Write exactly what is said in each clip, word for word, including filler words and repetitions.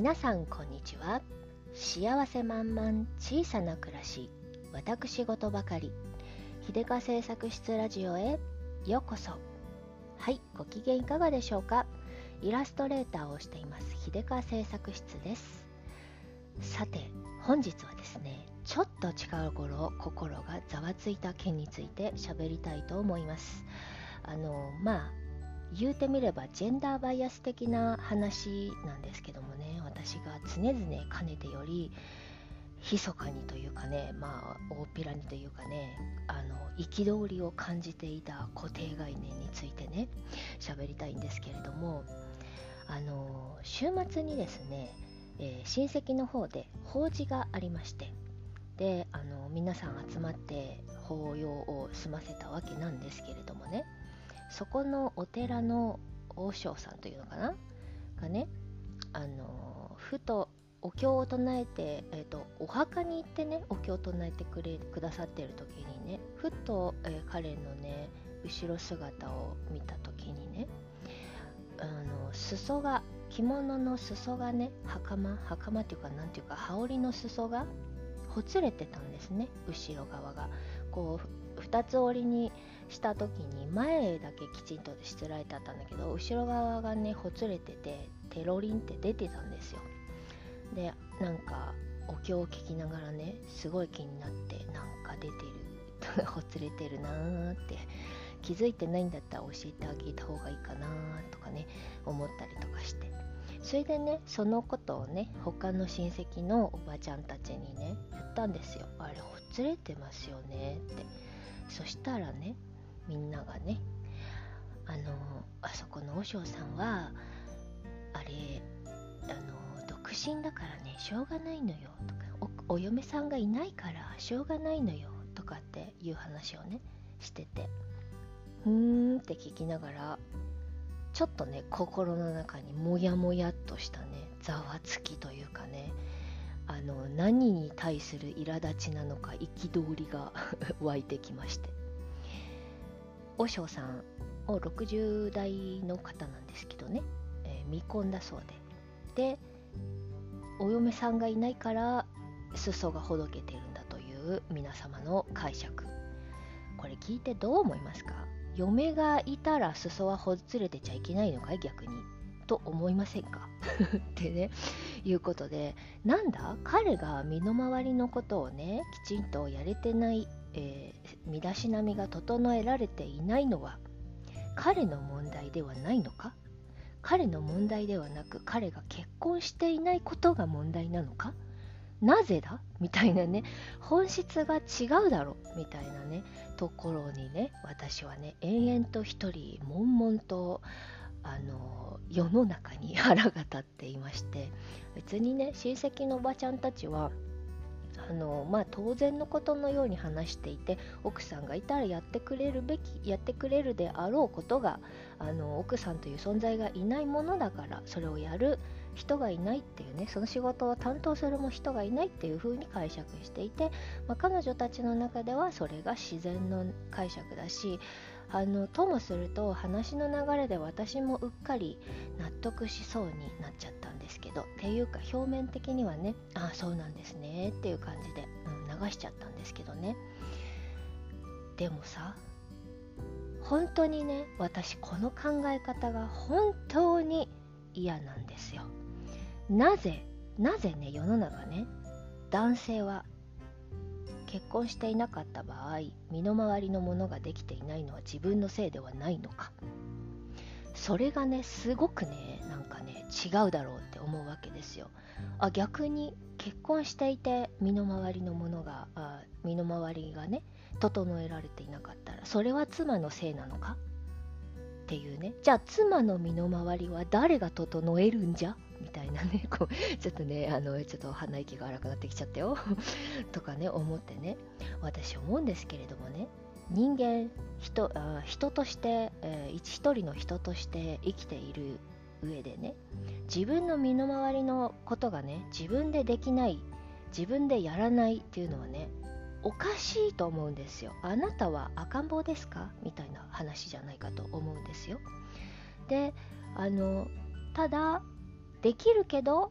皆さんこんにちは。幸せ満々小さな暮らし、私事ばかり、秀香製作室ラジオへようこそ。はい、ご機嫌いかがでしょうか。イラストレーターをしています秀香製作室です。さて本日はですね、ちょっと近頃心がざわついた件について喋りたいと思います。あのまあ言うてみればジェンダーバイアス的な話なんですけどもね、私が常々かねてより密かにというかね、まあ大っぴらにというかね、あの憤りを感じていた固定概念についてね喋りたいんですけれども、あの週末にですね、えー親戚の方で法事がありまして、であの皆さん集まって法要を済ませたわけなんですけれどもね、そこのお寺の和尚さんというのかながね、あのふとお経を唱えて、えーと、お墓に行ってねお経を唱えてくれくださっている時にね、ふと、えー彼のね後ろ姿を見た時にね、あの裾が着物の裾がね、袴袴っていうかなんていうか羽織の裾がほつれてたんですね。後ろ側がこう二つ折りにした時に前だけきちんとしつらえてあったんだけど、後ろ側がねほつれててテロリンって出てたんですよ。でなんかお経を聞きながらね、すごい気になって、なんか出てるほつれてるなーって、気づいてないんだったら教えてあげた方がいいかなとかね思ったりとかして、それでねそのことをね他の親戚のおばちゃんたちにね言ったんですよ。あれほつれてますよねって。そしたらね、みんながね、あのあそこの和尚さんはあれあの独身だからねしょうがないのよとか、 お, お嫁さんがいないからしょうがないのよとかっていう話をねしてて、うーんって聞きながら、ちょっとね心の中にもやもやっとしたねざわつきというかね、あの何に対する苛立ちなのか憤りが湧いてきまして、和尚さんをろくじゅう代の方なんですけどね、えー未婚だそうで、でお嫁さんがいないから裾がほどけてるんだという皆様の解釈、これ聞いてどう思いますか。嫁がいたら裾はほつれてちゃいけないのかい逆にと思いませんかってねいうことで、なんだ彼が身の回りのことをねきちんとやれてない、えー身だしなみが整えられていないのは彼の問題ではないのか、彼の問題ではなく彼が結婚していないことが問題なのか、なぜだみたいなね、本質が違うだろみたいなねところにね、私はね延々と一人悶々とあの世の中に腹が立っていまして、別にね親戚のおばちゃんたちはあのまあ当然のことのように話していて、奥さんがいたらやってくれるべきやってくれるであろうことが、あの奥さんという存在がいないものだからそれをやる人がいないっていうね、その仕事を担当するも人がいないっていう風に解釈していて、まあ、彼女たちの中ではそれが自然の解釈だし、あのともすると話の流れで私もうっかり納得しそうになっちゃったんですけど、っていうか表面的にはね、ああそうなんですねっていう感じで、うん、流しちゃったんですけどね。でもさ、本当にね私この考え方が本当に嫌なんですよ。なぜなぜね世の中ね、男性は結婚していなかった場合身の回りのものができていないのは自分のせいではないのか、それがねすごくねなんかね違うだろうって思うわけですよ。あ、逆に結婚していて身の回りのものがあ身の回りがね整えられていなかったらそれは妻のせいなのかっていうね、じゃあ妻の身の回りは誰が整えるんじゃみたいなね、こうちょっとねあのちょっと鼻息が荒くなってきちゃったよとかね思ってね、私思うんですけれどもね、人間 人, あ人として、えー、一人の人として生きている上でね、自分の身の回りのことがね自分でできない、自分でやらないっていうのはねおかしいと思うんですよ。あなたは赤ん坊ですかみたいな話じゃないかと思うんですよ。で、あのただできるけど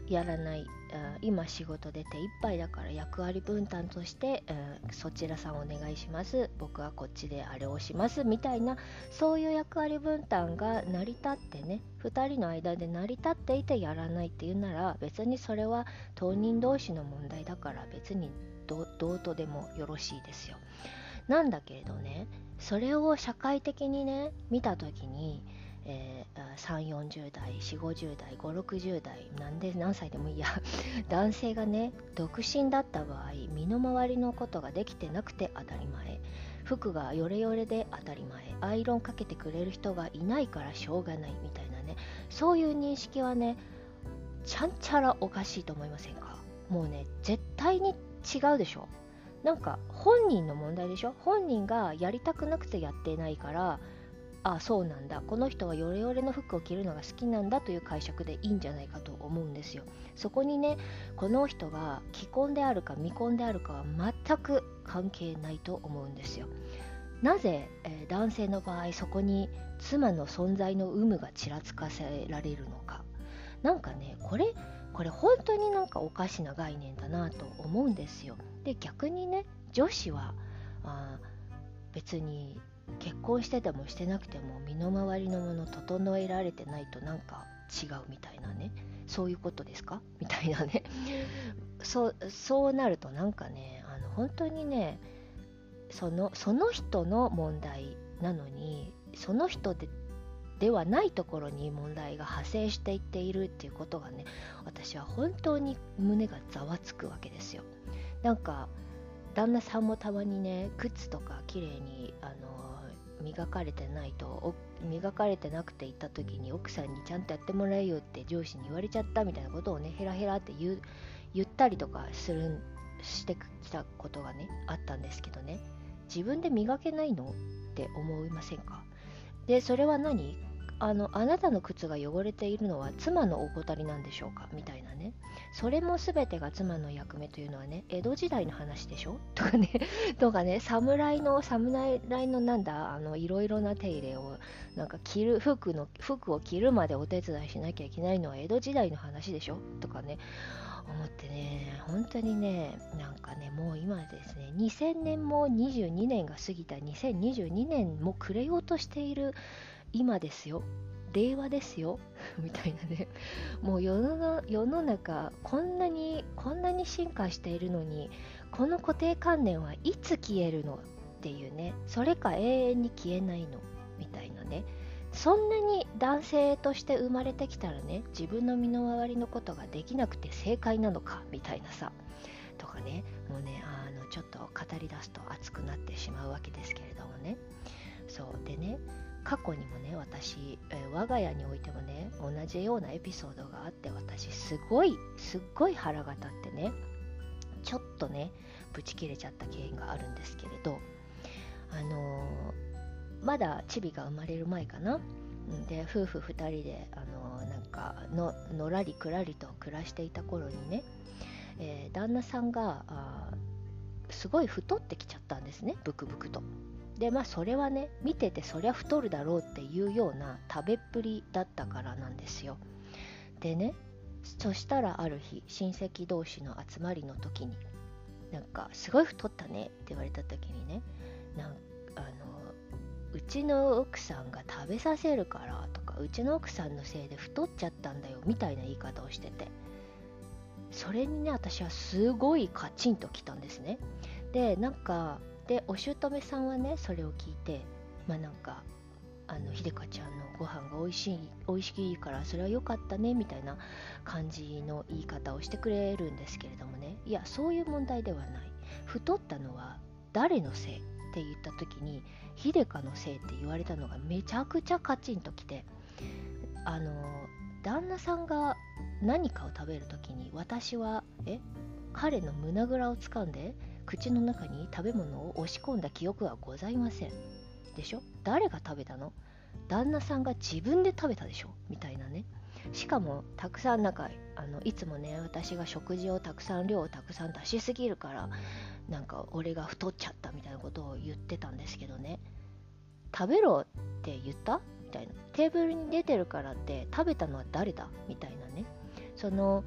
やらない、今仕事出ていっぱいだから役割分担として、そちらさんお願いします、僕はこっちであれをしますみたいな、そういう役割分担が成り立ってね、ふたりの間で成り立っていてやらないっていうなら、別にそれは当人同士の問題だから、別にどどうとでもよろしいですよ。なんだけれどね、それを社会的にね見た時に、えー、さんじゅう、よんじゅう代、よんじゅう、ごじゅう代、ごじゅう、ろくじゅう代、なんで何歳でもいいや男性がね独身だった場合、身の回りのことができてなくて当たり前、服がヨレヨレで当たり前、アイロンかけてくれる人がいないからしょうがないみたいなね、そういう認識はねちゃんちゃらおかしいと思いませんか？もうね絶対に違うでしょ。なんか本人の問題でしょ。本人がやりたくなくてやってないから、あ、そうなんだ、この人はヨレヨレの服を着るのが好きなんだという解釈でいいんじゃないかと思うんですよ。そこにね、この人が既婚であるか未婚であるかは全く関係ないと思うんですよ。なぜ、えー男性の場合そこに妻の存在の有無がちらつかせられるのか。なんかね、これこれ本当になんかおかしな概念だなと思うんですよ。で、逆にね、女子はあ別に結婚しててもしてなくても身の回りのもの整えられてないとなんか違うみたいなね、そういうことですかみたいなねそうそうなるとなんかね、あの本当にね、そのその人の問題なのに、その人でではないところに問題が派生していっているっていうことがね、私は本当に胸がざわつくわけですよ。なんか旦那さんもたまにね、靴とか綺麗にあの磨かれてないと、磨かれてなくて行った時に奥さんにちゃんとやってもらえよって上司に言われちゃったみたいなことをね、ヘラヘラって言う言ったりとかするしてきたことがねあったんですけどね、自分で磨けないのって思いませんか？で、それは何、あのあなたの靴が汚れているのは妻の怠りなんでしょうかみたいなね、それも全てが妻の役目というのはね、江戸時代の話でしょとかねとかね、侍の侍のなんだ、あのいろいろな手入れをなんか着る服の服を着るまでお手伝いしなきゃいけないのは江戸時代の話でしょとかね思ってね、本当にね、なんかね、もう今ですね、にせんねんもにじゅうにねんが過ぎたにせんにじゅうにねんも暮れようとしている今ですよ、令和ですよみたいなね、もう世の世の中こんなにこんなに進化しているのに、この固定観念はいつ消えるのっていうね、それか永遠に消えないのみたいなね、そんなに男性として生まれてきたらね、自分の身の回りのことができなくて正解なのかみたいなさ、とかね、もうね、あのちょっと語り出すと熱くなってしまうわけですけれどもね。そうでね、過去にもね、私、えー我が家においてもね、同じようなエピソードがあって、私すごいすっごい腹が立ってね、ちょっとねブチ切れちゃった経緯があるんですけれど、あのーまだチビが生まれる前かな。うんで、夫婦ふたりで、あのーなんかののらりくらりと暮らしていた頃にね、えー旦那さんがあーすごい太ってきちゃったんですね、ブクブクと。で、まあそれはね、見ててそりゃ太るだろうっていうような食べっぷりだったからなんですよ。でね、そしたらある日、親戚同士の集まりの時に、なんかすごい太ったねって言われた時にね、なんあのうちの奥さんが食べさせるからとか、うちの奥さんのせいで太っちゃったんだよみたいな言い方をしてて、それにね、私はすごいカチンときたんですね。で、なんかでお姑さんはね、それを聞いて、まあなんかあの秀香ちゃんのご飯が美味しい美味しいからそれは良かったねみたいな感じの言い方をしてくれるんですけれどもね、いやそういう問題ではない、太ったのは誰のせいって言った時に秀香のせいって言われたのがめちゃくちゃカチンときて、あの旦那さんが何かを食べる時に、私はえ彼の胸ぐらを掴んで口の中に食べ物を押し込んだ記憶はございませんでしょ。誰が食べたの？旦那さんが自分で食べたでしょみたいなね。しかもたくさん、なんかあのいつもね、私が食事をたくさん量をたくさん出しすぎるからなんか俺が太っちゃったみたいなことを言ってたんですけどね、食べろって言ったみたいな、テーブルに出てるからって食べたのは誰だみたいなね、その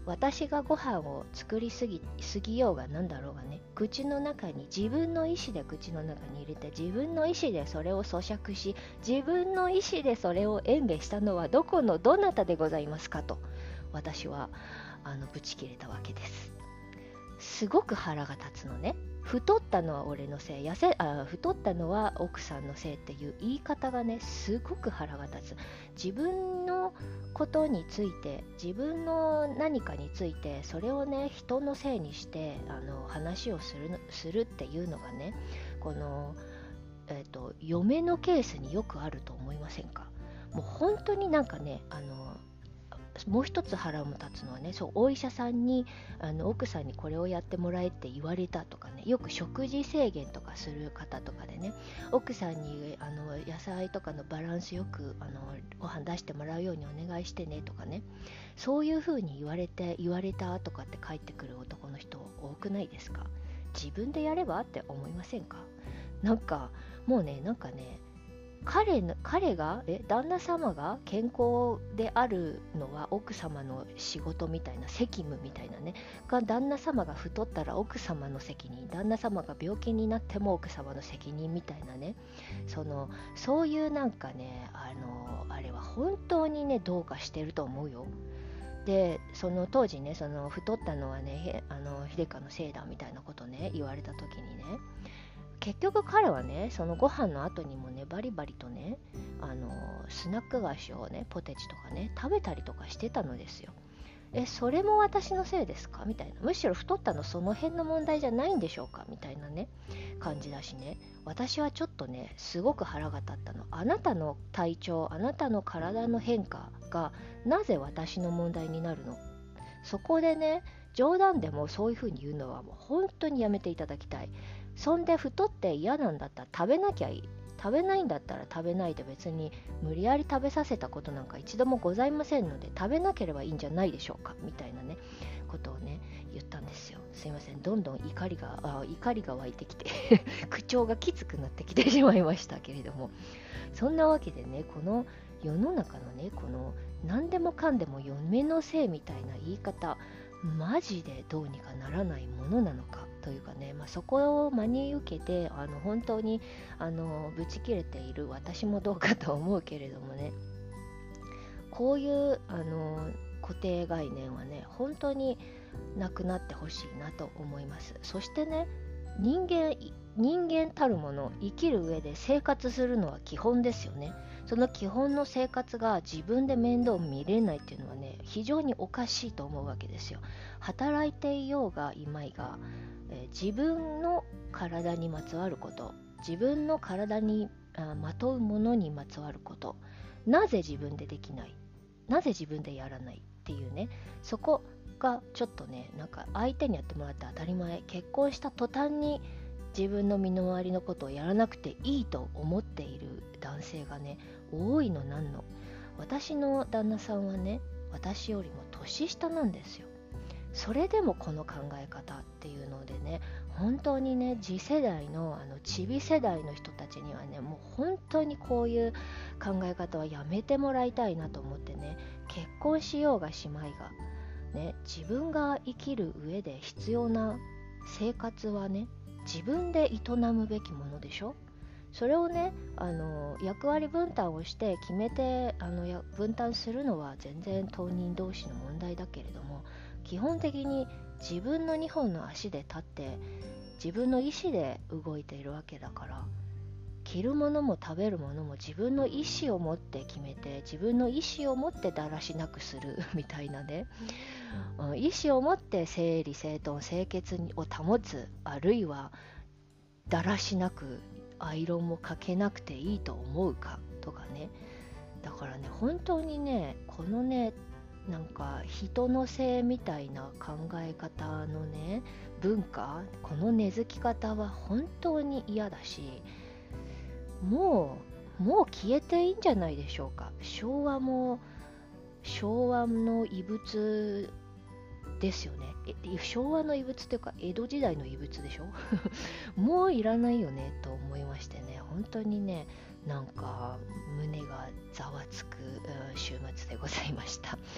私がご飯を作りすぎすぎようがなんだろうがね、口の中に自分の意思で口の中に入れて、自分の意思でそれを咀嚼し、自分の意思でそれを嚥下したのはどこのどなたでございますかと、私はあのブチ切れたわけです。すごく腹が立つのね。太ったのは俺のせい、痩せあ太ったのは奥さんのせいっていう言い方がね、すごく腹が立つ。自分のことについて、自分の何かについて、それをね人のせいにしてあの話をするするっていうのがね、この、えーと、嫁のケースによくあると思いませんか。もう本当になんかね、あのもう一つ腹も立つのはね、そうお医者さんにあの奥さんにこれをやってもらえって言われたとかね、よく食事制限とかする方とかでね、奥さんにあの野菜とかのバランスよくあのご飯出してもらうようにお願いしてねとかね、そういう風に言われて言われたとかって帰ってくる男の人多くないですか。自分でやればって思いませんか。なんかもうね、なんかね彼の彼がえ旦那様が健康であるのは奥様の仕事みたいな、責務みたいなね、が旦那様が太ったら奥様の責任、旦那様が病気になっても奥様の責任みたいなね、そのそういうなんかね、あのあれは本当にねどうかしてると思うよ。でその当時ね、その太ったのはねあの秀香のせいだみたいなことね言われた時にね、結局彼はね、そのご飯の後にもね、バリバリとね、あのスナック菓子をね、ポテチとかね、食べたりとかしてたのですよ。え、それも私のせいですかみたいな。むしろ太ったのその辺の問題じゃないんでしょうかみたいなね、感じだしね。私はちょっとね、すごく腹が立ったの。あなたの体調、あなたの体の変化がなぜ私の問題になるの。そこでね、冗談でもそういう風に言うのはもう本当にやめていただきたい。そんで太って嫌なんだったら食べなきゃいい。食べないんだったら食べないで、別に無理やり食べさせたことなんか一度もございませんので、食べなければいいんじゃないでしょうかみたいなねことをね言ったんですよ。すいません、どんどん怒りがあ怒りが湧いてきて口調がきつくなってきてしまいましたけれども、そんなわけでね、この世の中のね、この何でもかんでも嫁のせいみたいな言い方、マジでどうにかならないものなのかというかね、まあ、そこを真に受けてあの本当にあのブチ切れている私もどうかと思うけれどもね、こういうあの固定概念はね本当になくなってほしいなと思います。そしてね、人間人間たるもの、生きる上で生活するのは基本ですよね。その基本の生活が自分で面倒見れないっていうのはね、非常におかしいと思うわけですよ。働いていようがいまいが、えー自分の体にまつわること、自分の体にあまとうものにまつわること、なぜ自分でできない、なぜ自分でやらないっていうね、そこがちょっとね、なんか相手にやってもらって当たり前、結婚した途端に自分の身の回りのことをやらなくていいと思っている男性がね多いのなんの。私の旦那さんはね、私よりも年下なんですよ。それでもこの考え方っていうのでね、本当にね、次世代のあのチビ世代の人たちにはね、もう本当にこういう考え方はやめてもらいたいなと思ってね、結婚しようがしまいがね、自分が生きる上で必要な生活はね、自分で営むべきものでしょ。それをね、あの役割分担をして決めてあのや分担するのは全然当人同士の問題だけれども、基本的に自分のにほんの足で立って自分の意思で動いているわけだから、着るものも食べるものも自分の意思を持って決めて、自分の意思を持ってだらしなくするみたいなね、うん、意思を持って整理整頓清潔を保つ、あるいはだらしなくアイロンもかけなくていいと思うかとかね。だからね、本当にね、このね、なんか人のせいみたいな考え方のね文化、この根付き方は本当に嫌だし、もうもう消えていいんじゃないでしょうか。昭和も昭和の遺物ですよね。え昭和の遺物というか江戸時代の遺物でしょもういらないよねと思いましてね、本当にね、なんか胸がざわつく週末でございました。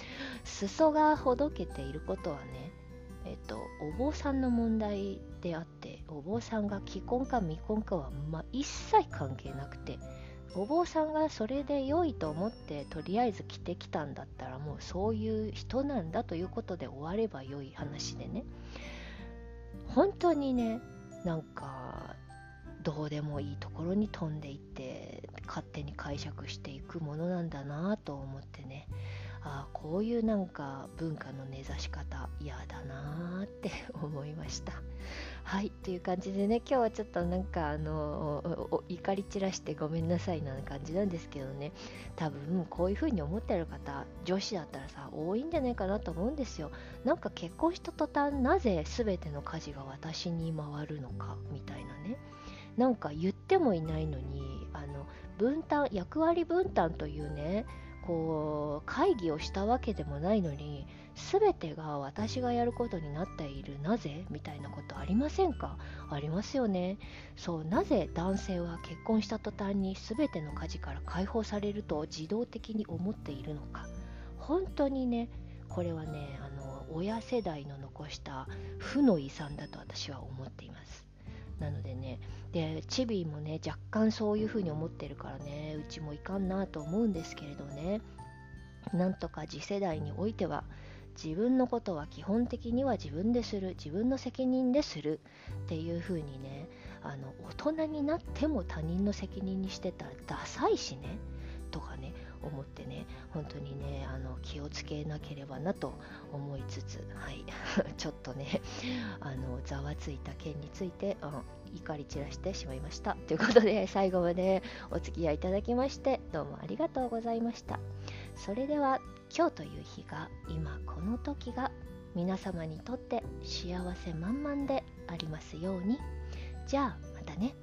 裾がほどけていることはね、えっと、お坊さんの問題であって、お坊さんが既婚か未婚かは、まあ、一切関係なくて、お坊さんがそれで良いと思ってとりあえず着てきたんだったら、もうそういう人なんだということで終われば良い話でね、本当にね、なんかどうでもいいところに飛んでいって勝手に解釈していくものなんだなと思ってね、ああこういうなんか文化の根ざし方嫌だなーって思いました。はい、という感じでね、今日はちょっとなんかあの怒り散らしてごめんなさいな感じなんですけどね、多分こういう風に思ってる方、女子だったらさ多いんじゃないかなと思うんですよ。なんか結婚した途端なぜ全ての家事が私に回るのかみたいなね、なんか言ってもいないのに、あの分担役割分担というね、こう会議をしたわけでもないのに全てが私がやることになっている、なぜみたいなことありませんか？ありますよね。そう、なぜ男性は結婚した途端に全ての家事から解放されると自動的に思っているのか。本当にね、これはね、あの親世代の残した負の遺産だと私は思っています。なのでね、でチビもね若干そういう風に思ってるからね、うちもいかんなと思うんですけれどね、なんとか次世代においては自分のことは基本的には自分でする、自分の責任でするっていう風にね、あの大人になっても他人の責任にしてたらダサいしねとかね思ってね、本当にねあの気をつけなければなと思いつつ、はいちょっとねあのざわついた件について、うん、怒り散らしてしまいましたということで、最後までお付き合いいただきましてどうもありがとうございました。それでは今日という日が、今この時が皆様にとって幸せ満々でありますように。じゃあまたね。